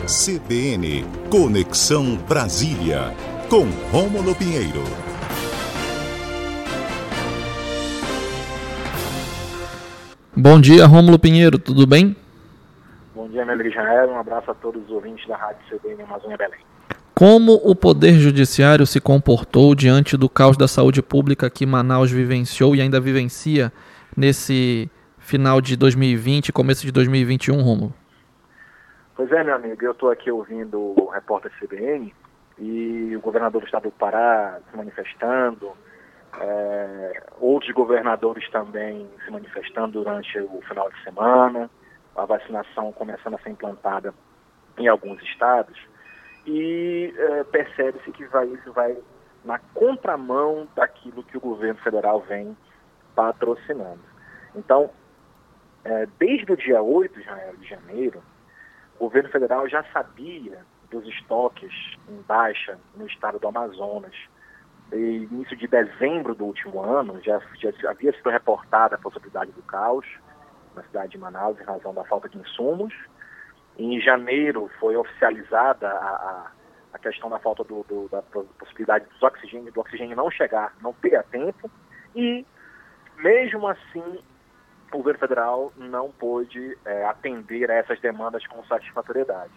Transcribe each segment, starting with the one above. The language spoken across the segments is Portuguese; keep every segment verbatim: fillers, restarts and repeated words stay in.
C B N Conexão Brasília, com Rômulo Pinheiro. Bom dia, Rômulo Pinheiro, tudo bem? Bom dia, meu amigo Israel, um abraço a todos os ouvintes da Rádio C B N Amazônia Belém. Como o Poder Judiciário se comportou diante do caos da saúde pública que Manaus vivenciou e ainda vivencia nesse final de dois mil e vinte, começo de dois mil e vinte e um, Rômulo? Pois é, meu amigo, eu estou aqui ouvindo o repórter C B N e o governador do estado do Pará se manifestando, é, outros governadores também se manifestando durante o final de semana, a vacinação começando a ser implantada em alguns estados, e é, percebe-se que vai, isso vai na contramão daquilo que o governo federal vem patrocinando. Então, é, desde o dia oito de janeiro, o governo federal já sabia dos estoques em baixa no estado do Amazonas. E início de dezembro do último ano, já, já havia sido reportada a possibilidade do caos na cidade de Manaus em razão da falta de insumos. Em janeiro foi oficializada a, a, a questão da falta do, do, da possibilidade dos oxigênio, do oxigênio não chegar, não ter a tempo. E, mesmo assim, o governo federal não pôde é, atender a essas demandas com satisfatoriedade.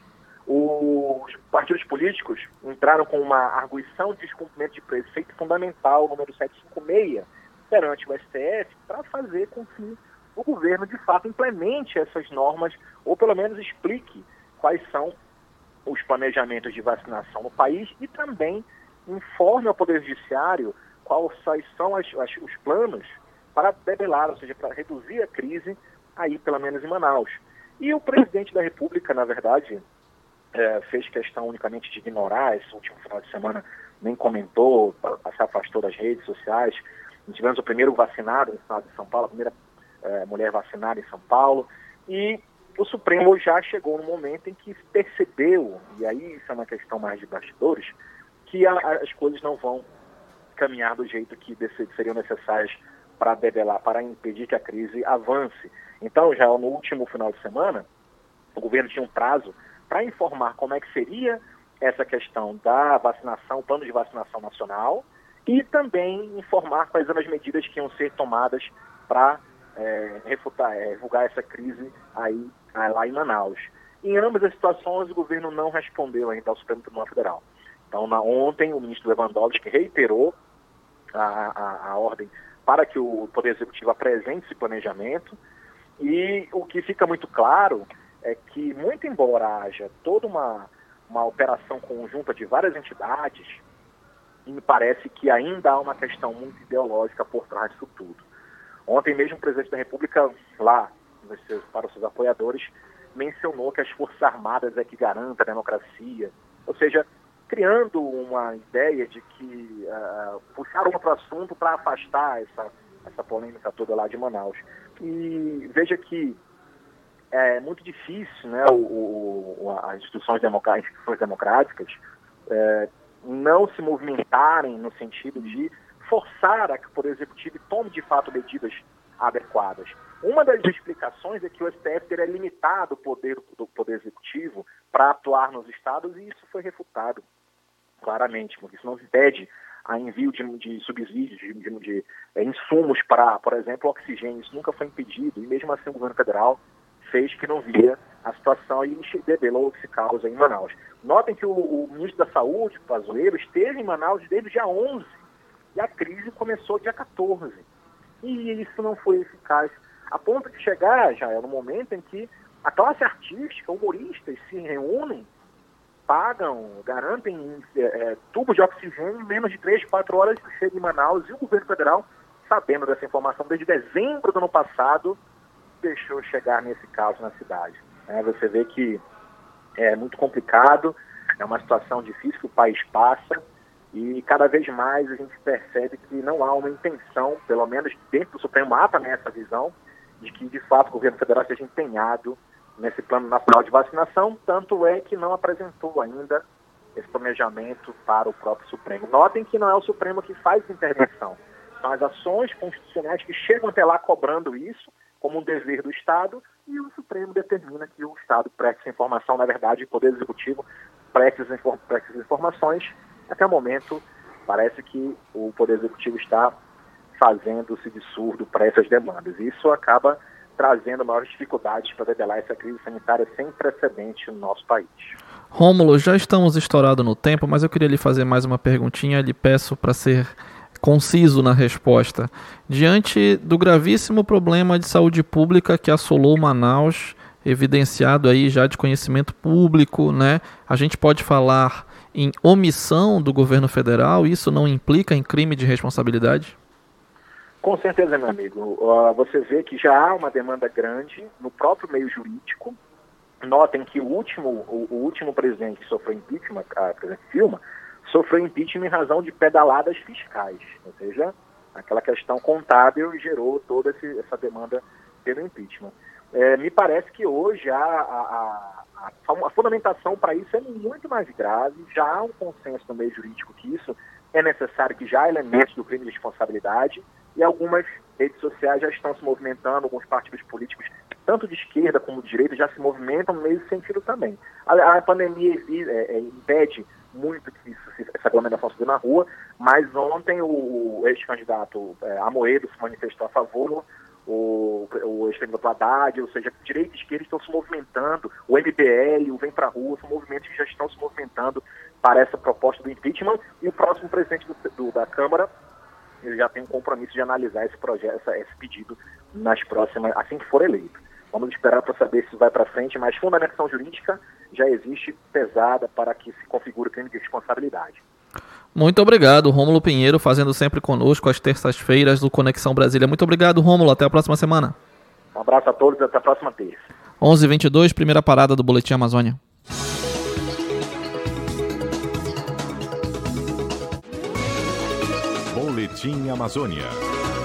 Os partidos políticos entraram com uma arguição de descumprimento de preceito fundamental, número setecentos e cinquenta e seis, perante o S T F, para fazer com que o governo, de fato, implemente essas normas, ou pelo menos explique quais são os planejamentos de vacinação no país e também informe ao Poder Judiciário quais são as, as, os planos para debelar, ou seja, para reduzir a crise aí, pelo menos em Manaus. E o presidente da República, na verdade, é, fez questão unicamente de ignorar esse último final de semana, nem comentou, se afastou das redes sociais. Tivemos o primeiro vacinado no estado de São Paulo, a primeira é, mulher vacinada em São Paulo, e o Supremo já chegou no momento em que percebeu, e aí isso é uma questão mais de bastidores, que a, as coisas não vão caminhar do jeito que seriam necessárias para debelar, para impedir que a crise avance. Então, já no último final de semana, o governo tinha um prazo para informar como é que seria essa questão da vacinação, o plano de vacinação nacional, e também informar quais eram as medidas que iam ser tomadas para é, refutar, é, revogar essa crise aí, lá em Manaus. Em ambas as situações, o governo não respondeu ainda ao Supremo Tribunal Federal. Então, na, ontem, o ministro Lewandowski reiterou a, a, a ordem para que o Poder Executivo apresente esse planejamento, e o que fica muito claro é que, muito embora haja toda uma, uma operação conjunta de várias entidades, me parece que ainda há uma questão muito ideológica por trás disso tudo. Ontem mesmo o presidente da República, lá para os seus apoiadores, mencionou que as Forças Armadas é que garantem a democracia, ou seja, criando uma ideia de que uh, puxar outro assunto para afastar essa, essa polêmica toda lá de Manaus. E veja que é muito difícil, né, o, o, as instituições democráticas, instituições democráticas é, não se movimentarem no sentido de forçar a que o Poder Executivo tome de fato medidas adequadas. Uma das explicações é que o S T F teria limitado o poder do Poder Executivo para atuar nos estados, e isso foi refutado claramente, porque isso não impede a envio de, de subsídios, de, de, de é, insumos para, por exemplo, oxigênio. Isso nunca foi impedido, e mesmo assim o governo federal fez que não via a situação e debelou esse caos em Manaus. Notem que o, o ministro da Saúde, Pazuello, esteve em Manaus desde o dia onze, e a crise começou dia quatorze. E isso não foi eficaz, a ponto de chegar já no momento em que a classe artística, humoristas, se reúnem, pagam, garantem é, tubos de oxigênio em menos de três, quatro horas que chega em Manaus, e o governo federal, sabendo dessa informação desde dezembro do ano passado, deixou chegar nesse caso na cidade. É, você vê que é muito complicado, é uma situação difícil que o país passa, e cada vez mais a gente percebe que não há uma intenção, pelo menos dentro do Supremo há também essa visão, de que de fato o governo federal seja empenhado nesse plano nacional de vacinação, tanto é que não apresentou ainda esse planejamento para o próprio Supremo. Notem que não é o Supremo que faz intervenção, são as ações constitucionais que chegam até lá cobrando isso como um dever do Estado, e o Supremo determina que o Estado preste essa informação, na verdade, o Poder Executivo preste essas informações. Até o momento, parece que o Poder Executivo está fazendo-se de surdo para essas demandas. E isso acaba trazendo maiores dificuldades para debelar essa crise sanitária sem precedente no nosso país. Rômulo, já estamos estourados no tempo, mas eu queria lhe fazer mais uma perguntinha, lhe peço para ser conciso na resposta. Diante do gravíssimo problema de saúde pública que assolou Manaus, evidenciado aí já de conhecimento público, né? A gente pode falar em omissão do governo federal? Isso não implica em crime de responsabilidade? Com certeza, meu amigo. Você vê que já há uma demanda grande no próprio meio jurídico. Notem que o último, o, o último presidente que sofreu impeachment, a presidente Dilma, sofreu impeachment em razão de pedaladas fiscais, ou seja, aquela questão contábil gerou toda esse, essa demanda pelo impeachment. É, me parece que hoje a, a, a, a fundamentação para isso é muito mais grave, já há um consenso no meio jurídico que isso é necessário, que já há elementos do crime de responsabilidade, e algumas redes sociais já estão se movimentando, alguns partidos políticos, tanto de esquerda como de direita, já se movimentam no mesmo sentido também. A, a pandemia é, é, impede muito que isso, essa aglomeração se dê na rua, mas ontem o, o ex-candidato é, Amoedo se manifestou a favor, o, o ex-candidato Haddad, ou seja, direita e esquerda estão se movimentando, o M B L, o Vem Pra Rua, são movimentos que já estão se movimentando para essa proposta do impeachment, e o próximo presidente do, do, da Câmara, ele já tem um compromisso de analisar esse projeto, essa, esse pedido nas próximas, assim que for eleito. Vamos esperar para saber se vai para frente, mas fundamentação jurídica já existe pesada para que se configure o crime de responsabilidade. Muito obrigado, Rômulo Pinheiro, fazendo sempre conosco às terças-feiras do Conexão Brasília. Muito obrigado, Rômulo. Até a próxima semana. Um abraço a todos e até a próxima terça. onze e vinte e dois, primeira parada do Boletim Amazônia. Boletim Amazônia.